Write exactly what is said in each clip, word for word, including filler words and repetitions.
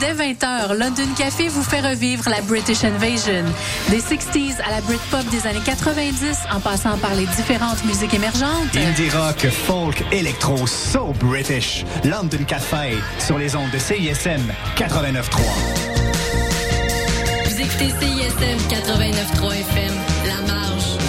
dès vingt heures, London Café vous fait revivre la British Invasion. Des sixties à la Britpop des années quatre-vingt-dix, en passant par les différentes musiques émergentes. Indie rock, folk, électro, so British. London Café, sur les ondes de C I S M quatre-vingt-neuf trois. Vous écoutez C I S M quatre-vingt-neuf trois F M, La Marge.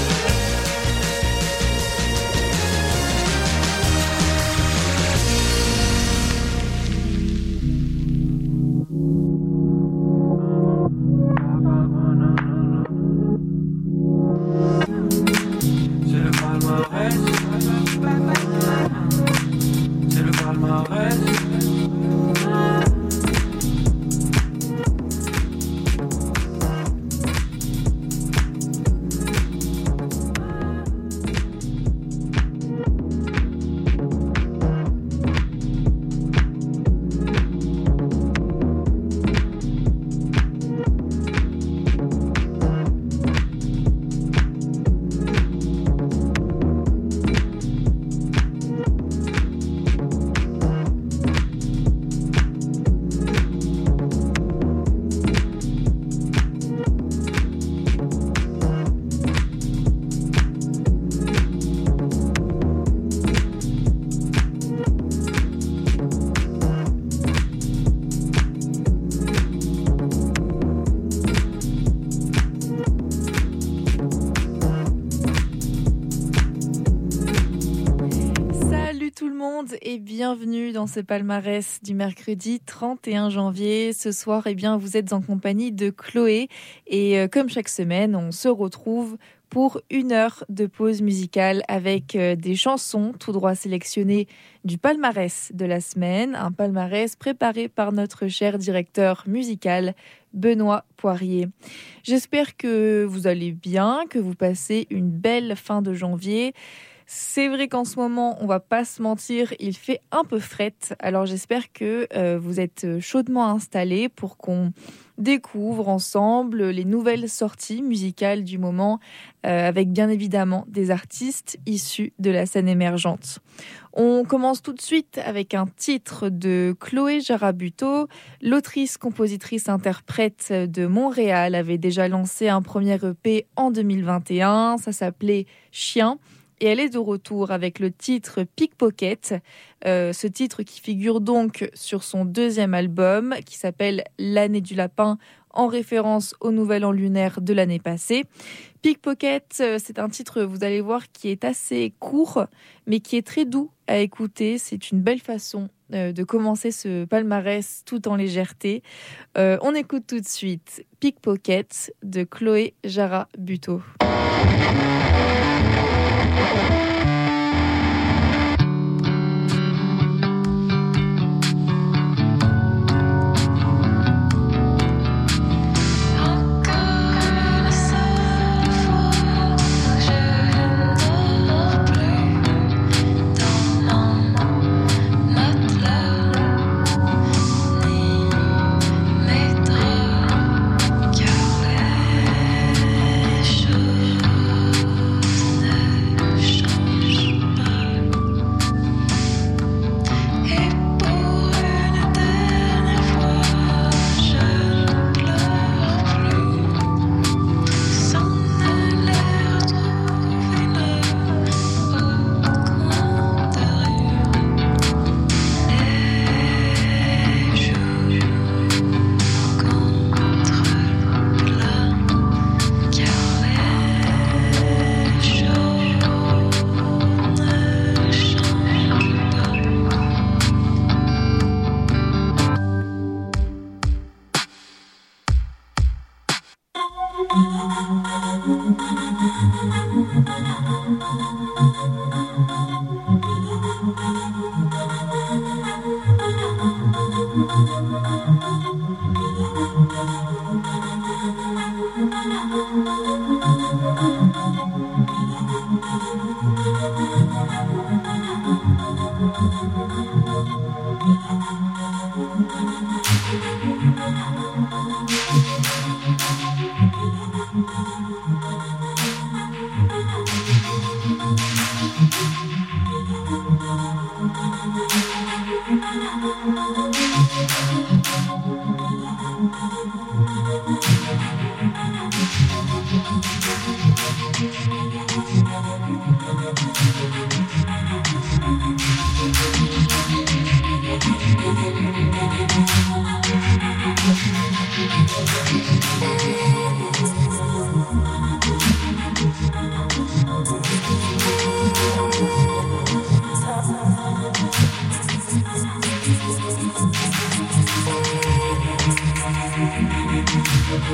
Et bienvenue dans ce palmarès du mercredi trente et un janvier. Ce soir, eh bien, vous êtes en compagnie de Chloé et euh, comme chaque semaine, on se retrouve pour une heure de pause musicale avec euh, des chansons tout droit sélectionnées du palmarès de la semaine. Un palmarès préparé par notre cher directeur musical, Benoît Poirier. J'espère que vous allez bien, que vous passez une belle fin de janvier. C'est vrai qu'en ce moment, on va pas se mentir, il fait un peu fret. Alors j'espère que euh, vous êtes chaudement installés pour qu'on découvre ensemble les nouvelles sorties musicales du moment, euh, avec bien évidemment des artistes issus de la scène émergente. On commence tout de suite avec un titre de Chloé Jarrabuto. L'autrice, compositrice, interprète de Montréal avait déjà lancé un premier E P en deux mille vingt et un. Ça s'appelait Chien. Et elle est de retour avec le titre Pickpocket, euh, ce titre qui figure donc sur son deuxième album qui s'appelle L'année du lapin, en référence au nouvel an lunaire de l'année passée. Pickpocket, euh, c'est un titre, vous allez voir, qui est assez court, mais qui est très doux à écouter. C'est une belle façon euh, de commencer ce palmarès tout en légèreté. Euh, on écoute tout de suite Pickpocket de Chloé Jarrabuto.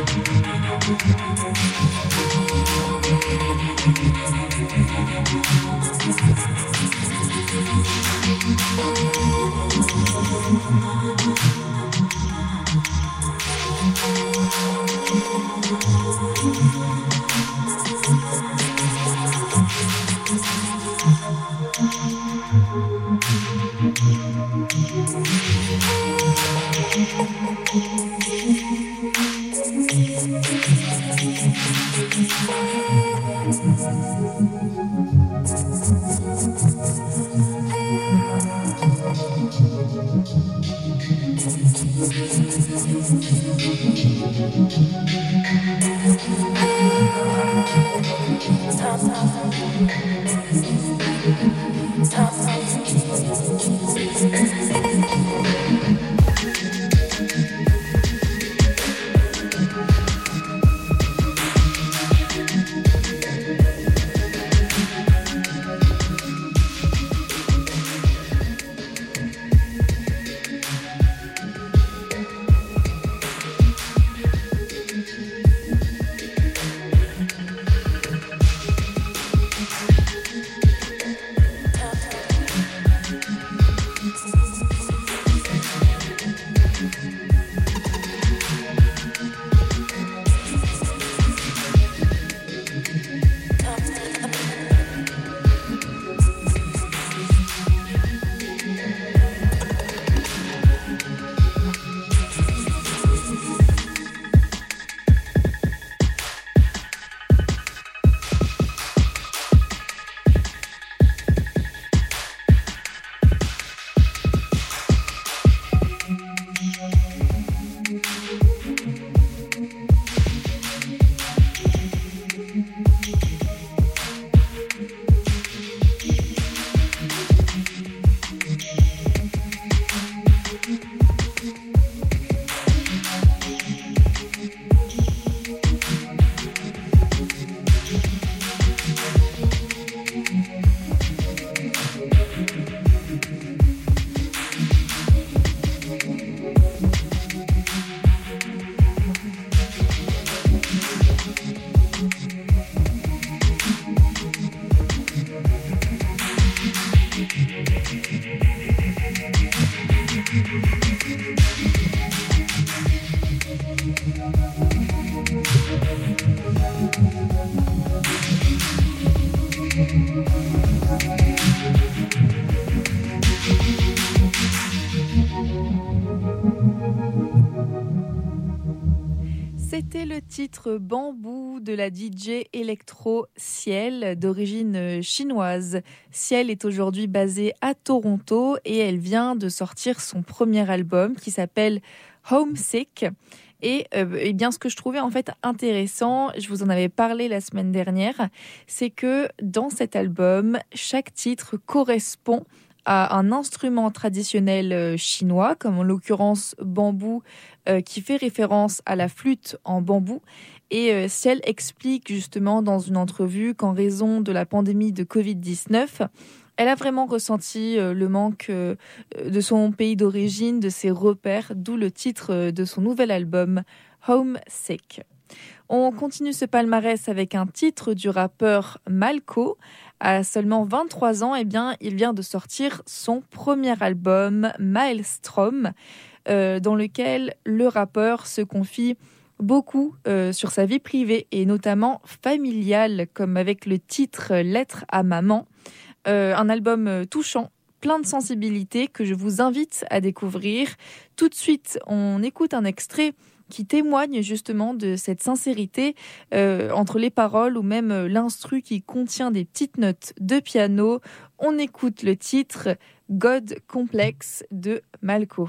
C'était le titre Bambou de la D J électro Ciel d'origine chinoise. Ciel est aujourd'hui basée à Toronto et elle vient de sortir son premier album qui s'appelle Homesick. Et, euh, et bien ce que je trouvais en fait intéressant, je vous en avais parlé la semaine dernière, c'est que dans cet album, chaque titre correspond à un instrument traditionnel chinois, comme en l'occurrence bambou, euh, qui fait référence à la flûte en bambou. Et euh, Ciel explique justement dans une entrevue qu'en raison de la pandémie de covid dix-neuf, elle a vraiment ressenti euh, le manque euh, de son pays d'origine, de ses repères, d'où le titre de son nouvel album, Homesick. On continue ce palmarès avec un titre du rappeur Malco. À seulement vingt-trois ans, eh bien, il vient de sortir son premier album, Maelstrom, euh, dans lequel le rappeur se confie beaucoup euh, sur sa vie privée et notamment familiale, comme avec le titre « Lettre à maman ». Euh, un album touchant, plein de sensibilité que je vous invite à découvrir. Tout de suite, on écoute un extrait qui témoigne justement de cette sincérité euh, entre les paroles ou même euh, l'instru qui contient des petites notes de piano. On écoute le titre God Complex de Malco.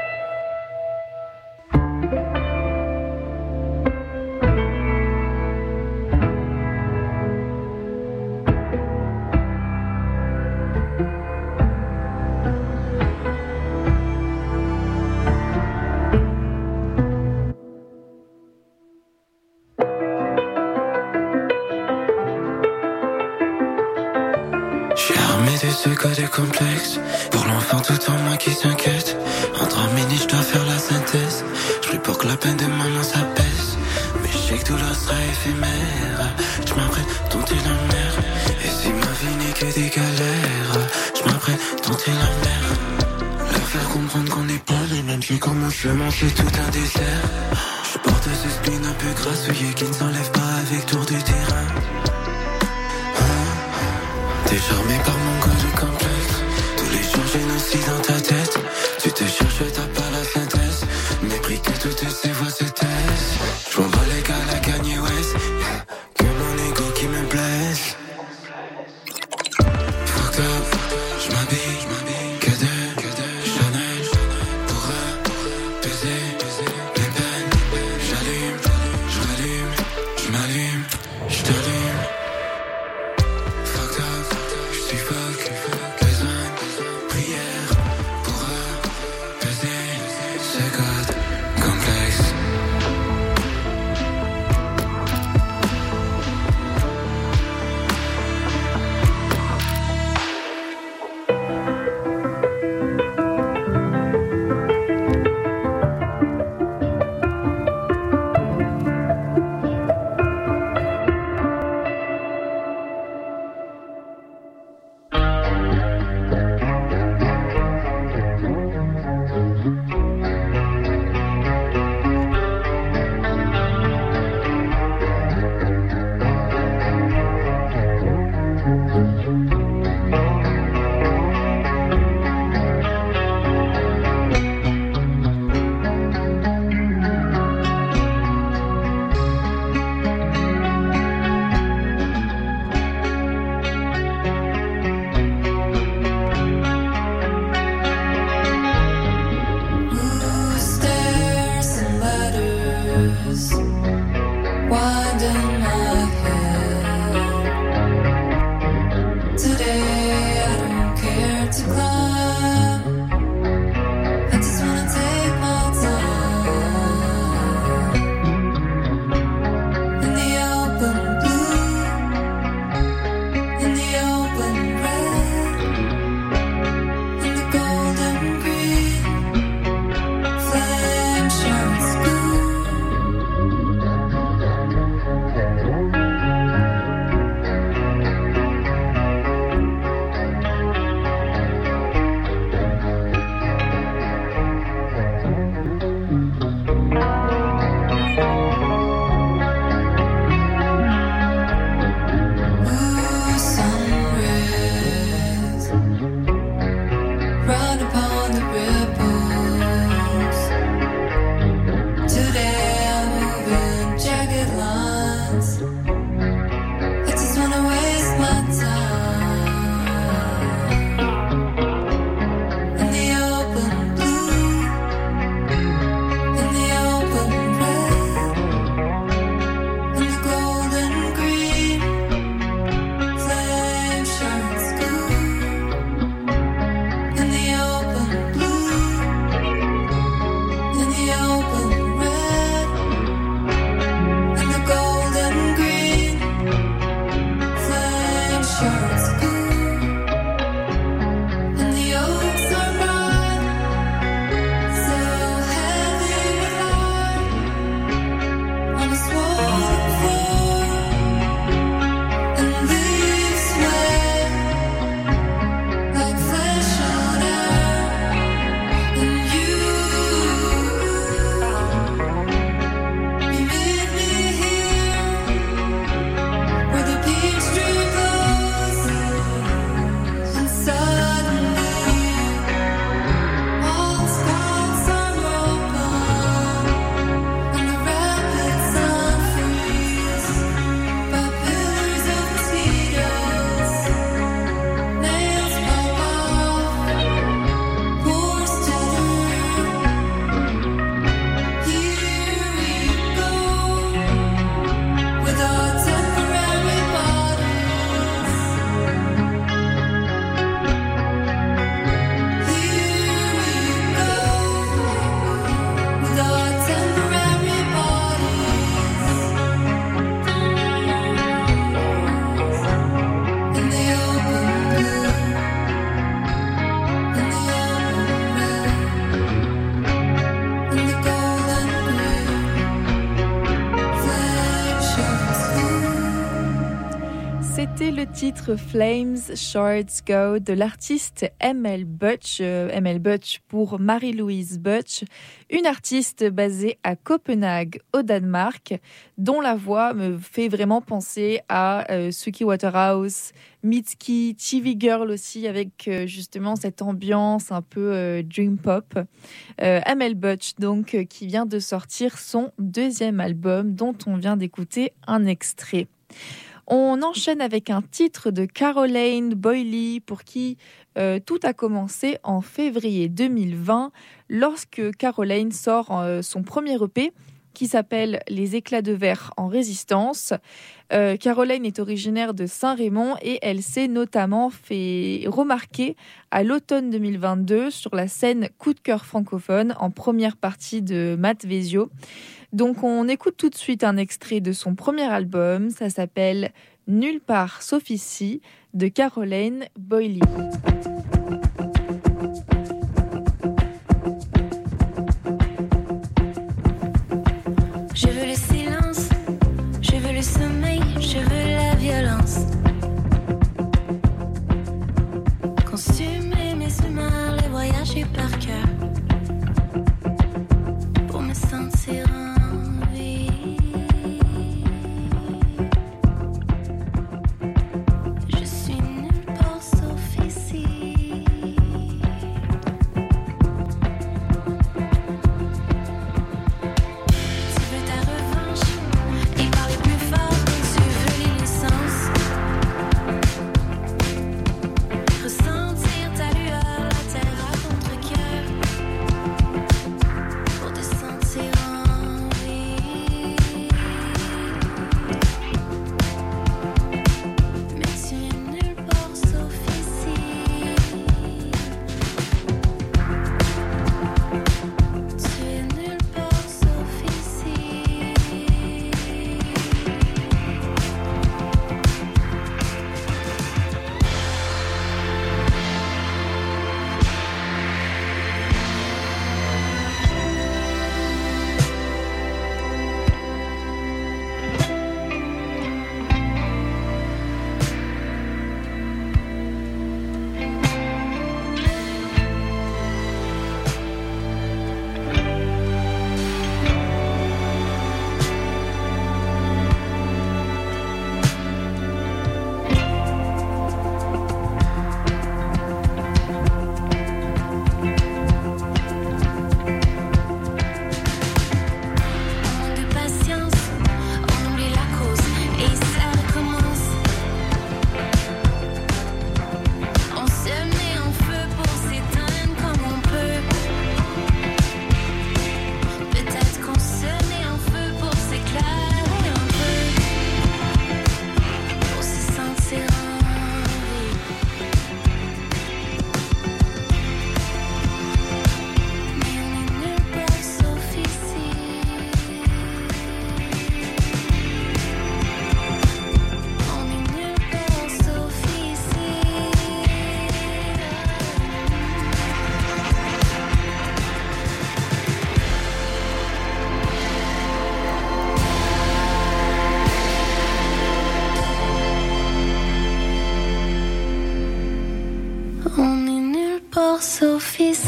Ce côté complexe pour l'enfant tout en moi qui s'inquiète. En trois minutes je dois faire la synthèse. Je prie pour que la peine de maman s'apaise. sais que tout leur sera éphémère. Je m'apprête tenter la mer. Et si ma vie n'est que des galères, je m'apprête tenter la mer. Leur faire comprendre qu'on n'est pas les mêmes. J'ai comme un chemin, c'est tout un désert. Je porte ce spleen un peu grassouillé qui ne s'enlève pas avec tour du terrain. T'es charmé par mon code complexe. Tous les jours génocide dans ta tête. Tu te cherches, t'as pas la synthèse. Mépris que toutes ces voix se taisent. J'm'en bats les gars, la Kanye West. Que mon ego qui me blesse. Fucked up, j'm'habille, j'm'habille. Que de, que de Chanel. Pour apaiser les peines. J'allume, j'rallume, j'm'allume, j't'allume. Fucked up, j'suffoque. Besoin de prière pour apaiser ce code complexe. C'était le titre Flames Shards Go de l'artiste M L Butch, euh, M L Butch pour Marie-Louise Butch, une artiste basée à Copenhague au Danemark, dont la voix me fait vraiment penser à euh, Suki Waterhouse, Mitski, T V Girl aussi, avec euh, justement cette ambiance un peu euh, dream pop. Euh, M L Butch donc euh, qui vient de sortir son deuxième album dont on vient d'écouter un extrait. On enchaîne avec un titre de Caroline Boyle pour qui euh, tout a commencé en février deux mille vingt lorsque Caroline sort euh, son premier E P qui s'appelle Les éclats de verre en résistance. Euh, Caroline est originaire de Saint-Rémy et elle s'est notamment fait remarquer à l'automne deux mille vingt-deux sur la scène Coup de cœur francophone en première partie de Matt Vezio. Donc on écoute tout de suite un extrait de son premier album, ça s'appelle Nulle part sauf ici de Caroline Boyle. Je veux le silence, je veux le sommeil, je veux la violence. Consumer mes humeurs, les voyager par cœur. Pour me sentir en vie. Je suis nulle part sauf ici. Sauf ici.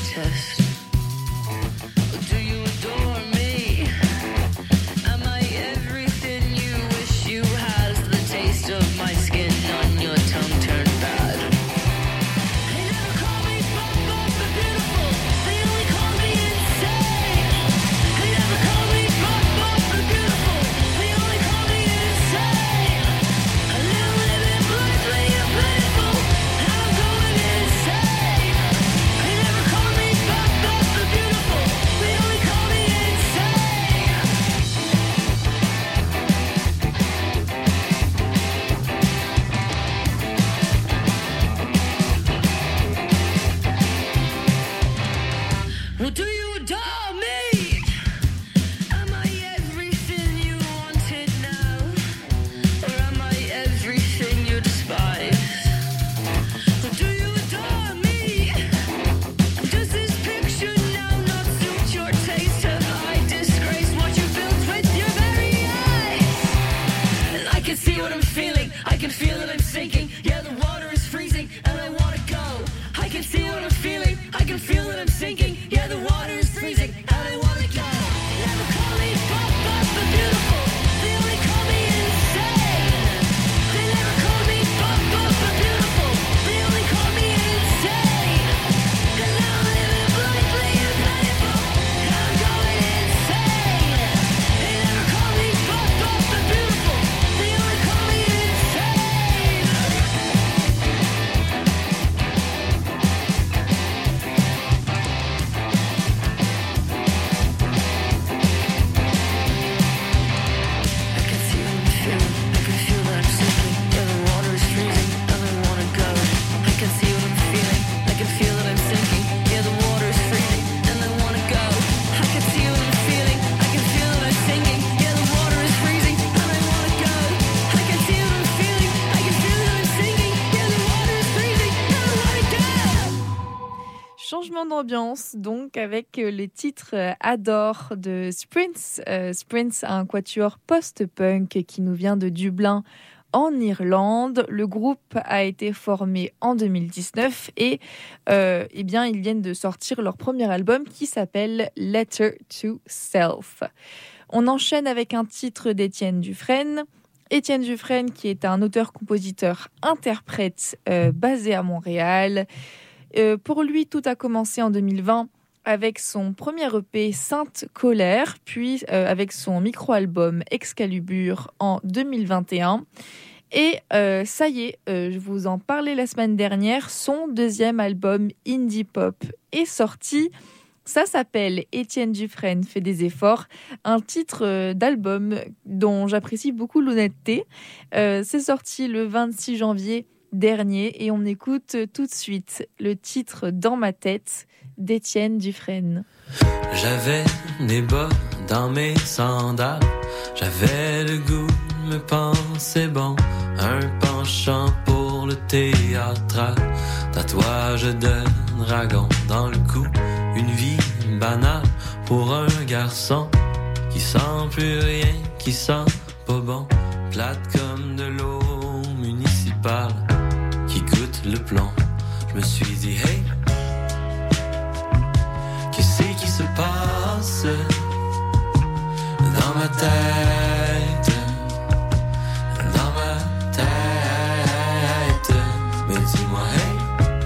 Do you adore me? Am I feel that I'm sinking. Yeah, the water is freezing, and I wanna go. Never call me pop, pop, but beautiful. They only call me insane. They never call me pop, pop, but beautiful. They only call me insane. 'Cause now I'm living blankly and painful. I'm going insane. They never call me pop, pop, but beautiful. They only call me insane. I can see what I'm feeling. I can feel that I'm sinking. Yeah, the water is freezing, and I wanna go. I can see what I'm feeling. I can feel that I'm sinking. Yeah, the water is freezing, and I wanna go. I can see what I'm feeling. I can feel that I'm sinking. Yeah, the water is freezing, and I wanna go. I can see what I'm feeling. I can feel that I'm sinking. Yeah, the water is freezing, and I wanna go. Changement d'ambiance, donc, avec euh, les titres euh, Adore de Sprints. Euh, Sprints, un quatuor post-punk qui nous vient de Dublin, en Irlande. Le groupe a été formé en deux mille dix-neuf et euh, eh bien, ils viennent de sortir leur premier album qui s'appelle Letter to Self. On enchaîne avec un titre d'Étienne Dufresne. Étienne Dufresne, qui est un auteur-compositeur-interprète euh, basé à Montréal. Euh, pour lui, tout a commencé en deux mille vingt avec son premier E P Sainte Colère, puis euh, avec son micro-album Excalibur en deux mille vingt et un. Et euh, ça y est, euh, je vous en parlais la semaine dernière, son deuxième album Indie Pop est sorti. Ça s'appelle Étienne Dufresne fait des efforts, un titre euh, d'album dont j'apprécie beaucoup l'honnêteté. Euh, c'est sorti le vingt-six janvier dernier et on écoute tout de suite le titre Dans ma tête d'Étienne Dufresne. J'avais des bas dans mes sandales, j'avais le goût de me penser bon, un penchant pour le théâtral, tatouage de dragon dans le cou, une vie banale pour un garçon qui sent plus rien, qui sent pas bon, plate comme de l'eau municipale qui goûte le plomb. Je me suis dit hey, qu'est-ce qui se passe dans ma tête, dans ma tête. Mais dis-moi hey,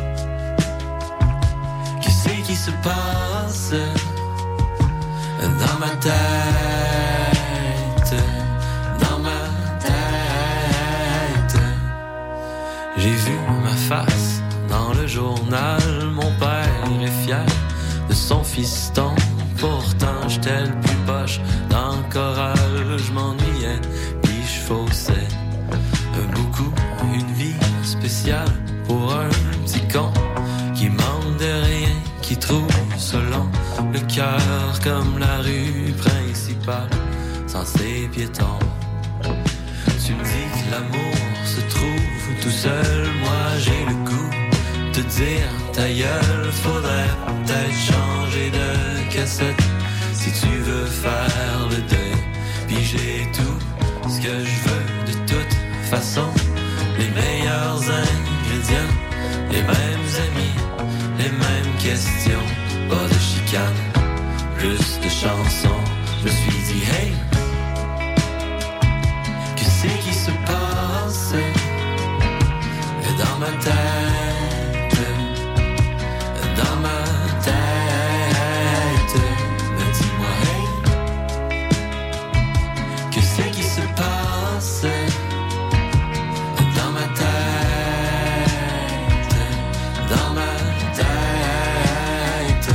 qu'est-ce qui se passe dans ma tête, dans ma tête. J'ai vu ma face dans le journal, mon père est fier de son fiston. Pourtant j'étais le plus poche dans le choral, je m'ennuyais puis je faussais beaucoup. Une vie spéciale pour un petit con qui manque de rien, qui trouve selon le cœur comme la rue principale sans ses piétons. Tu me dis que l'amour se trouve tout seul, moi j'ai le goût de dire ta gueule. Faudrait peut-être changer de cassette si tu veux faire le deuil. Puis j'ai tout ce que je veux de toute façon, les meilleurs ingrédients, les mêmes amis, les mêmes questions, pas de chicane, plus de chansons. Je me suis dit hey, qu'est-ce qui se passe dans ma tête, dans ma tête. Mais dis-moi hey, qu'est-ce qui se passe dans ma tête, dans ma tête.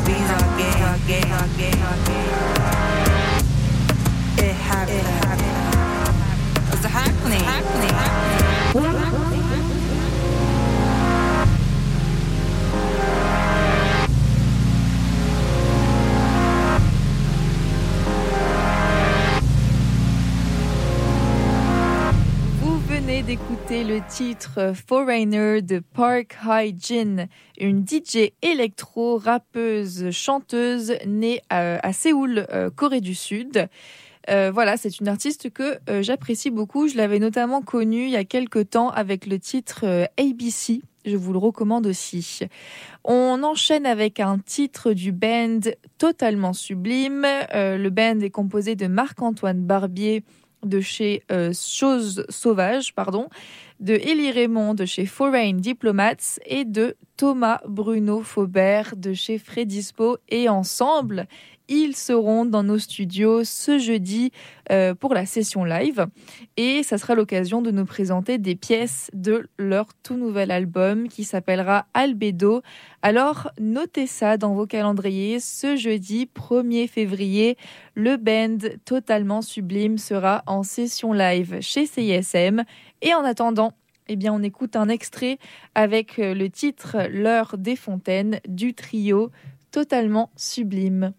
bees are gay, are gay, are gay, are gay. It happened. It happened. It's happening. It's happening. D'écouter le titre Foreigner de Park Hye-jin, une D J électro, rappeuse, chanteuse née à, à Séoul, euh, Corée du Sud. Euh, voilà, c'est une artiste que euh, j'apprécie beaucoup. Je l'avais notamment connue il y a quelques temps avec le titre euh, A B C. Je vous le recommande aussi. On enchaîne avec un titre du band totalement sublime. Euh, le band est composé de Marc-Antoine Barbier de chez euh, Chose Sauvage, pardon, de Élie Raymond de chez Foreign Diplomats et de Thomas Bruno Faubert de chez Fredispo. Et ensemble, ils seront dans nos studios ce jeudi euh, pour la session live. Et ça sera l'occasion de nous présenter des pièces de leur tout nouvel album qui s'appellera Albedo. Alors, notez ça dans vos calendriers. Ce jeudi premier février, le band totalement sublime sera en session live chez C I S M. Et en attendant, eh bien, on écoute un extrait avec le titre L'heure des fontaines du trio totalement sublime.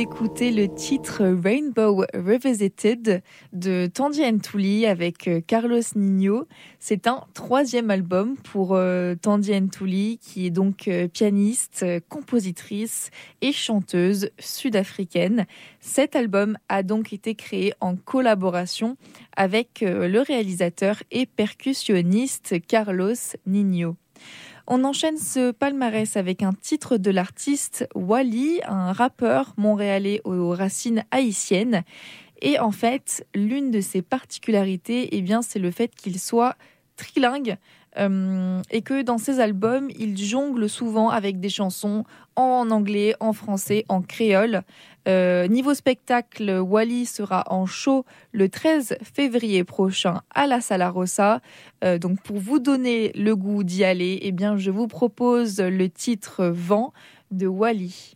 d'écouter le titre Rainbow Revisited de Tandy and Tuli avec Carlos Nino. C'est un troisième album pour euh, Tandy and Tuli, qui est donc euh, pianiste, compositrice et chanteuse sud-africaine. Cet album a donc été créé en collaboration avec euh, le réalisateur et percussionniste Carlos Nino. On enchaîne ce palmarès avec un titre de l'artiste Wally, un rappeur montréalais aux racines haïtiennes. Et en fait, l'une de ses particularités, eh bien, c'est le fait qu'il soit trilingue euh, et que dans ses albums, il jongle souvent avec des chansons en anglais, en français, en créole. Euh, niveau spectacle, Wally sera en show le treize février prochain à la Sala Rossa. Euh, donc pour vous donner le goût d'y aller, eh bien, je vous propose le titre Vent de Wally.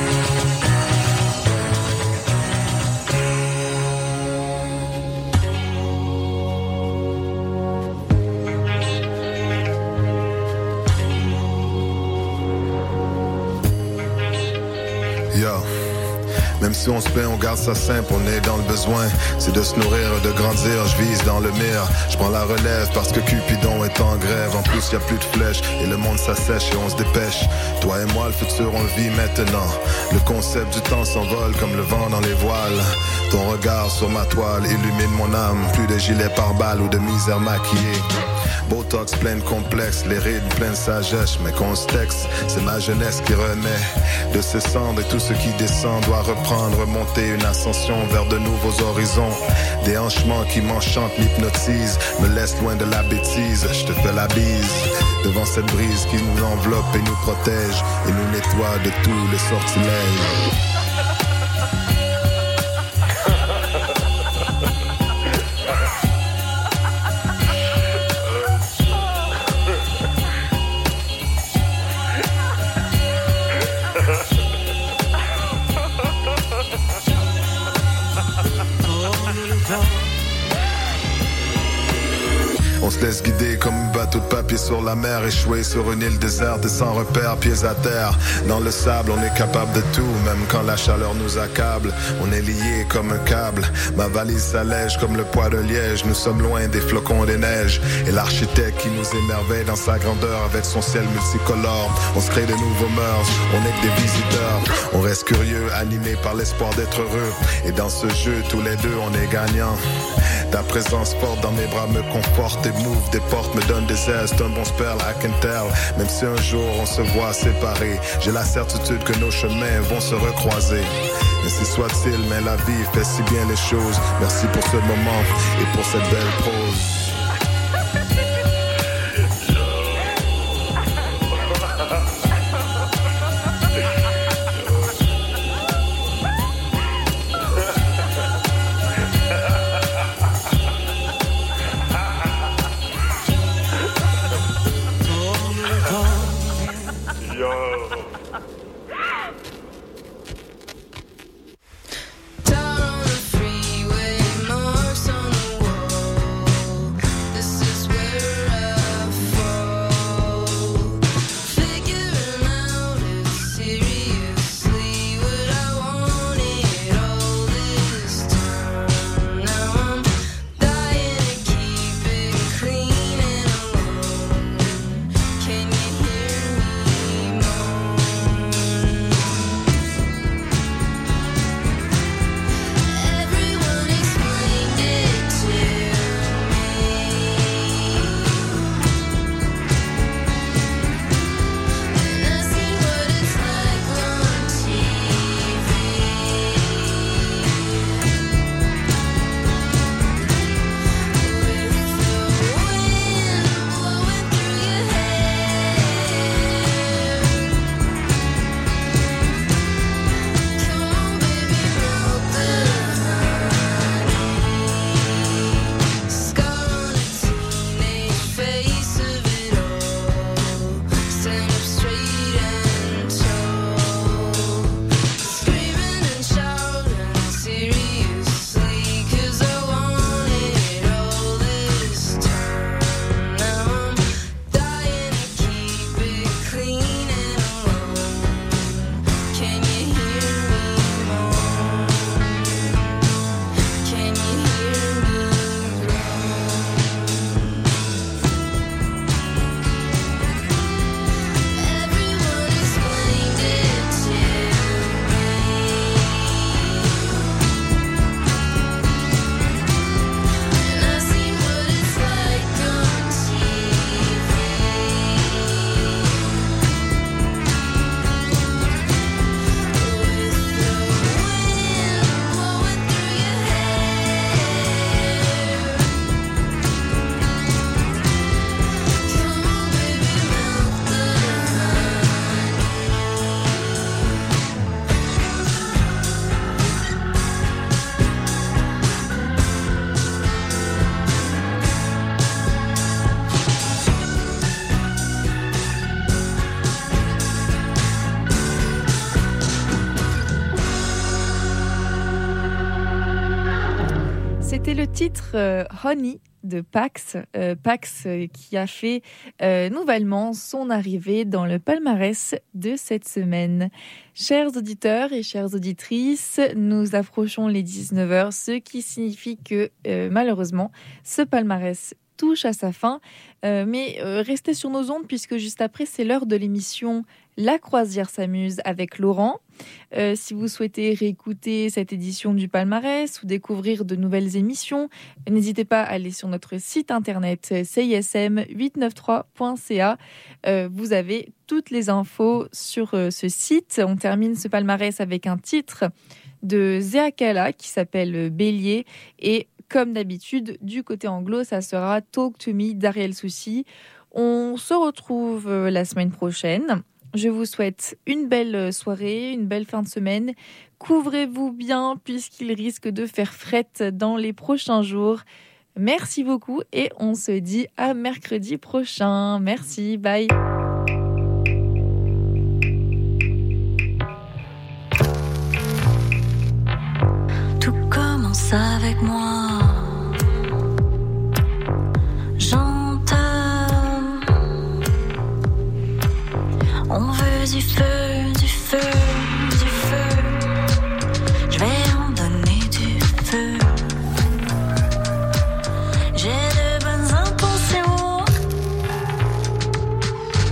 Yo. Même si on se plaint, on garde ça simple, on est dans le besoin. C'est de se nourrir, de grandir, je vise dans le mire. Je prends la relève parce que Cupidon est en grève. En plus y a plus de flèches et le monde s'assèche et on se dépêche. Toi et moi le futur on le vit maintenant. Le concept du temps s'envole comme le vent dans les voiles. Ton regard sur ma toile illumine mon âme. Plus de gilets pare-balles ou de misère maquillée. Botox plein de complexes, les rides pleines de sagesse. Mais qu'on se texte, c'est ma jeunesse qui renaît de ses cendres. Et tout ce qui descend doit reprendre, remonter une ascension vers de nouveaux horizons. Des hanchements qui m'enchantent, m'hypnotisent, me laissent loin de la bêtise. Je te fais la bise devant cette brise qui nous enveloppe et nous protège et nous nettoie de tous les sortilèges. On se laisse guider comme un bateau de papier sur la mer, échoué sur une île déserte et sans repère, pieds à terre. Dans le sable, on est capable de tout, même quand la chaleur nous accable. On est lié comme un câble, ma valise s'allège comme le poids de liège. Nous sommes loin des flocons des neiges et l'architecte qui nous émerveille dans sa grandeur avec son ciel multicolore. On se crée de nouveaux mœurs, on est que des visiteurs. On reste curieux, animé par l'espoir d'être heureux. Et dans ce jeu, tous les deux, on est gagnants. Ta présence forte dans mes bras me conforte et m'ouvre des portes, me donne des ailes, c'est un bon spell, I can tell. Même si un jour on se voit séparés, j'ai la certitude que nos chemins vont se recroiser. Ainsi soit-il, mais la vie fait si bien les choses. Merci pour ce moment et pour cette belle prose. C'était le titre euh, Honey de Pax, euh, Pax euh, qui a fait euh, nouvellement son arrivée dans le palmarès de cette semaine. Chers auditeurs et chères auditrices, nous approchons les dix-neuf heures, ce qui signifie que euh, malheureusement, ce palmarès touche à sa fin. Euh, mais euh, restez sur nos ondes puisque juste après, c'est l'heure de l'émission La Croisière s'amuse avec Laurent. Euh, si vous souhaitez réécouter cette édition du palmarès ou découvrir de nouvelles émissions, n'hésitez pas à aller sur notre site internet c i s m huit cent quatre-vingt-treize point c a. Euh, vous avez toutes les infos sur euh, ce site. On termine ce palmarès avec un titre de Zéa Kala qui s'appelle Bélier et comme d'habitude, du côté anglo, ça sera Talk to Me d'Ariel Soucy. On se retrouve la semaine prochaine. Je vous souhaite une belle soirée, une belle fin de semaine. Couvrez-vous bien puisqu'il risque de faire fret dans les prochains jours. Merci beaucoup et on se dit à mercredi prochain. Merci, bye. Tout commence avec moi. On veut du feu, du feu, du feu. Je vais en donner du feu. J'ai de bonnes intentions.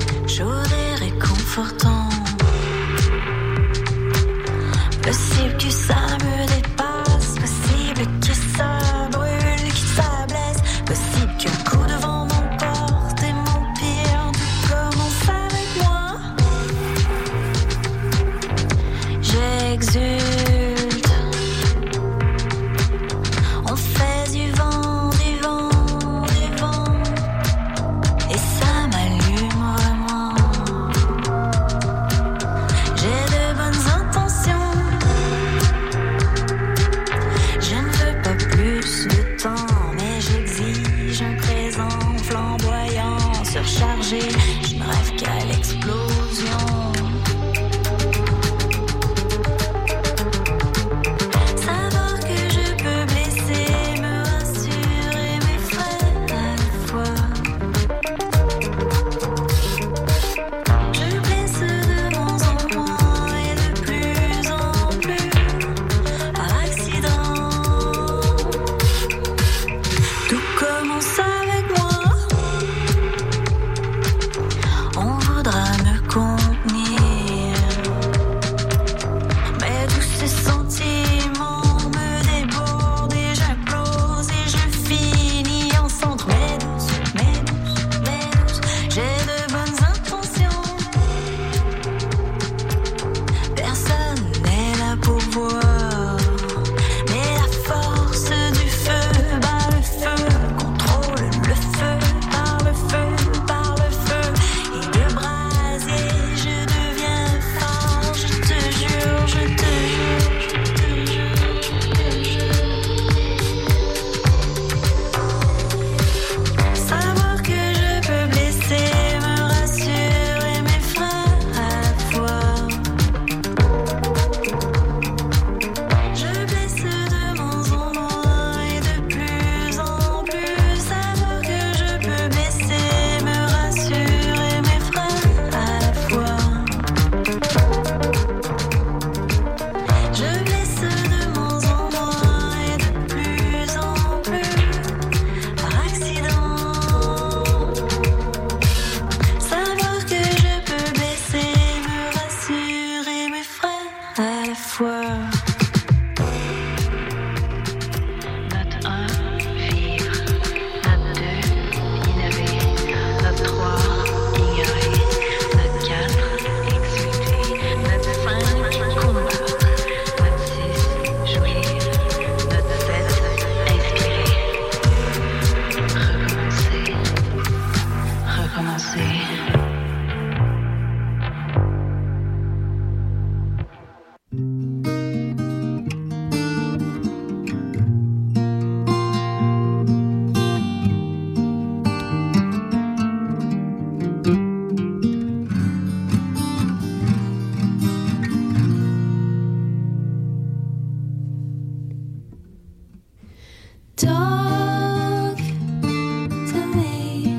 Talk to me,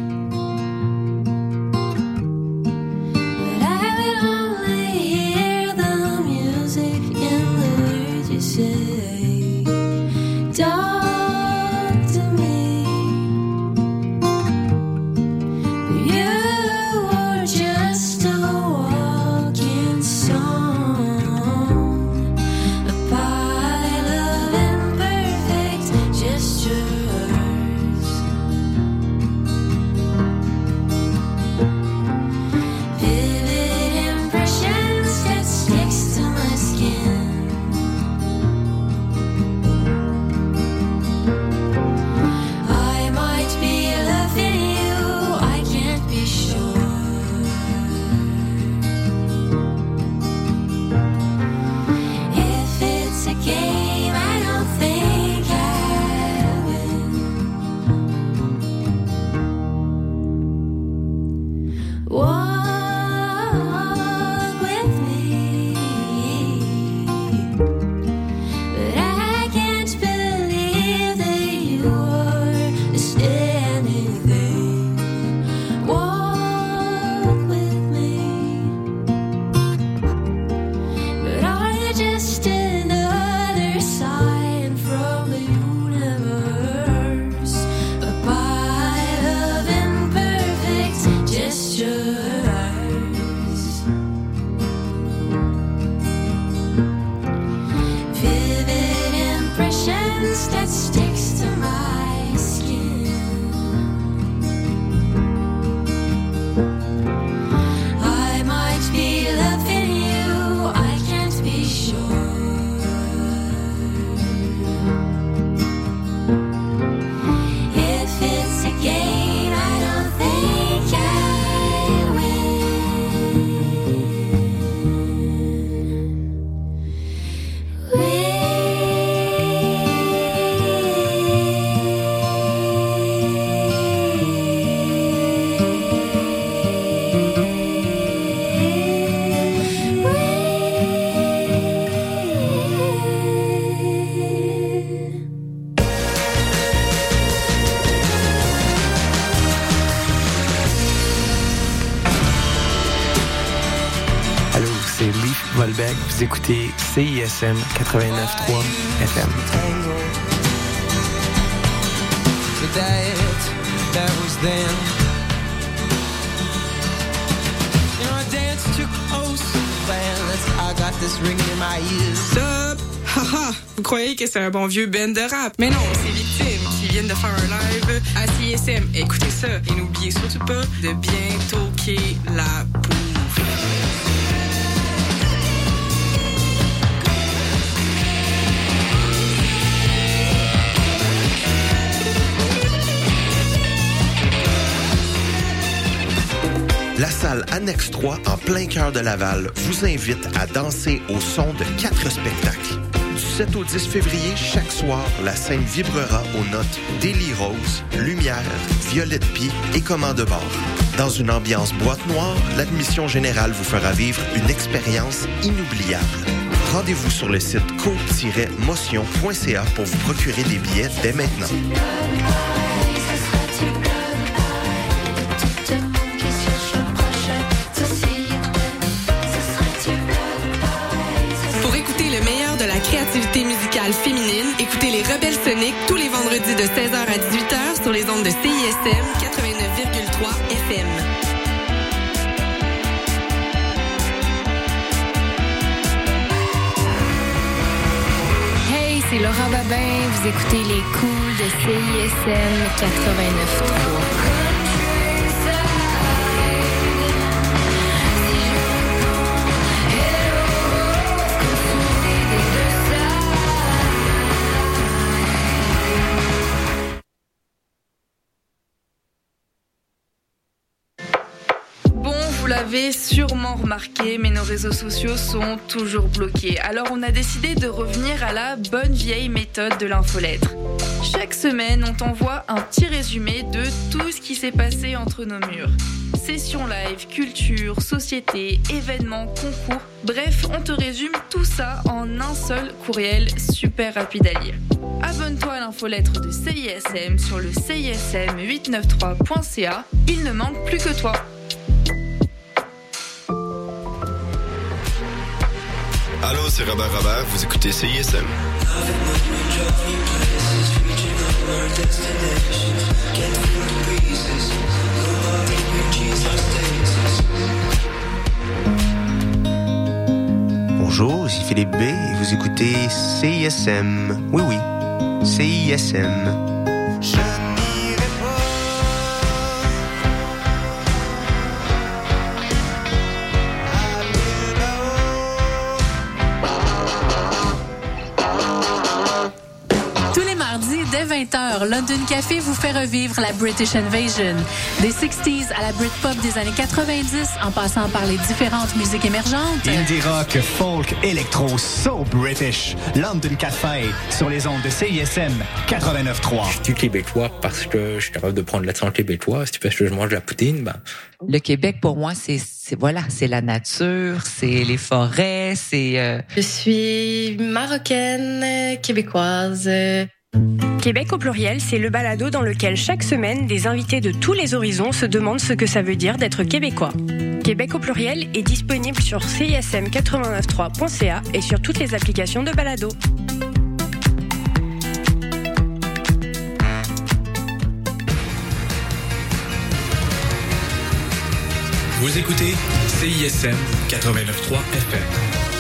but I would only hear the music and the words you say. Talk to me, you are just a walking song, a pile of imperfect gestures. Vivid impressions that sticks to my skin. I might be loving you, I can't be sure. If it's a game, I don't think I win. Walk with me, but I can't believe that you're just anything. Walk with me, but are you just another sign from the universe? A pile of imperfect gestures. Vivid impressions that sticks to my skin. I might be loving you, I can't be sure. If it's a game, I don't think I win. Allô, c'est Leaf Volbeck. Vous écoutez C I S M quatre-vingt-neuf trois F M. The diet that was then. You know, I danced to close violence. I got this ringing in my ears. Stop! Haha! Vous croyez que c'est un bon vieux band de rap? Mais non, c'est Victime qui viennent de faire un live à C I S M. Écoutez ça et n'oubliez surtout pas de bien toquer la bouffe. La salle Annexe trois, en plein cœur de Laval, vous invite à danser au son de quatre spectacles. Du sept au dix février, chaque soir, la scène vibrera aux notes d'Élie Rose, Lumière, Violette Pie et Commande bord. Dans une ambiance boîte noire, l'admission générale vous fera vivre une expérience inoubliable. Rendez-vous sur le site co tiret motion point c a pour vous procurer des billets dès maintenant. Pour écouter le meilleur de la créativité musicale féminine, écoutez les Rebelles Soniques tous les vendredis de seize heures à dix-huit heures sur les ondes de C I S M quatre-vingt-neuf virgule trois F M. Hey, c'est Laura Babin. Vous écoutez les Cools de C I S M quatre-vingt-neuf trois. l'avez sûrement remarqué, mais nos réseaux sociaux sont toujours bloqués. Alors on a décidé de revenir à la bonne vieille méthode de l'infolettre. Chaque semaine, on t'envoie un petit résumé de tout ce qui s'est passé entre nos murs. Sessions live, culture, société, événements, concours. Bref, on te résume tout ça en un seul courriel super rapide à lire. Abonne-toi à l'infolettre de C I S M sur le C I S M huit cent quatre-vingt-treize point C A. Il ne manque plus que toi. Allô, c'est Robert Robert, vous écoutez C I S M. Bonjour, ici Philippe B et vous écoutez C I S M. Oui, oui, C I S M. Dès vingt heures, London Café vous fait revivre la British Invasion. Des sixties à la Britpop des années quatre-vingt-dix, en passant par les différentes musiques émergentes. Indie rock, folk, électro, so British. London Café, sur les ondes de C I S M quatre-vingt-neuf trois. Je suis québécois parce que je suis capable de prendre l'accent québécois. Si parce que je mange de la poutine, ben... Le Québec, pour moi, c'est, c'est voilà, c'est la nature, c'est les forêts, c'est... Euh... Je suis marocaine, québécoise... Québec au pluriel, c'est le balado dans lequel chaque semaine, des invités de tous les horizons se demandent ce que ça veut dire d'être québécois. Québec au pluriel est disponible sur C I S M quatre-vingt-neuf trois point C A et sur toutes les applications de balado. Vous écoutez C I S M quatre-vingt-neuf trois F M.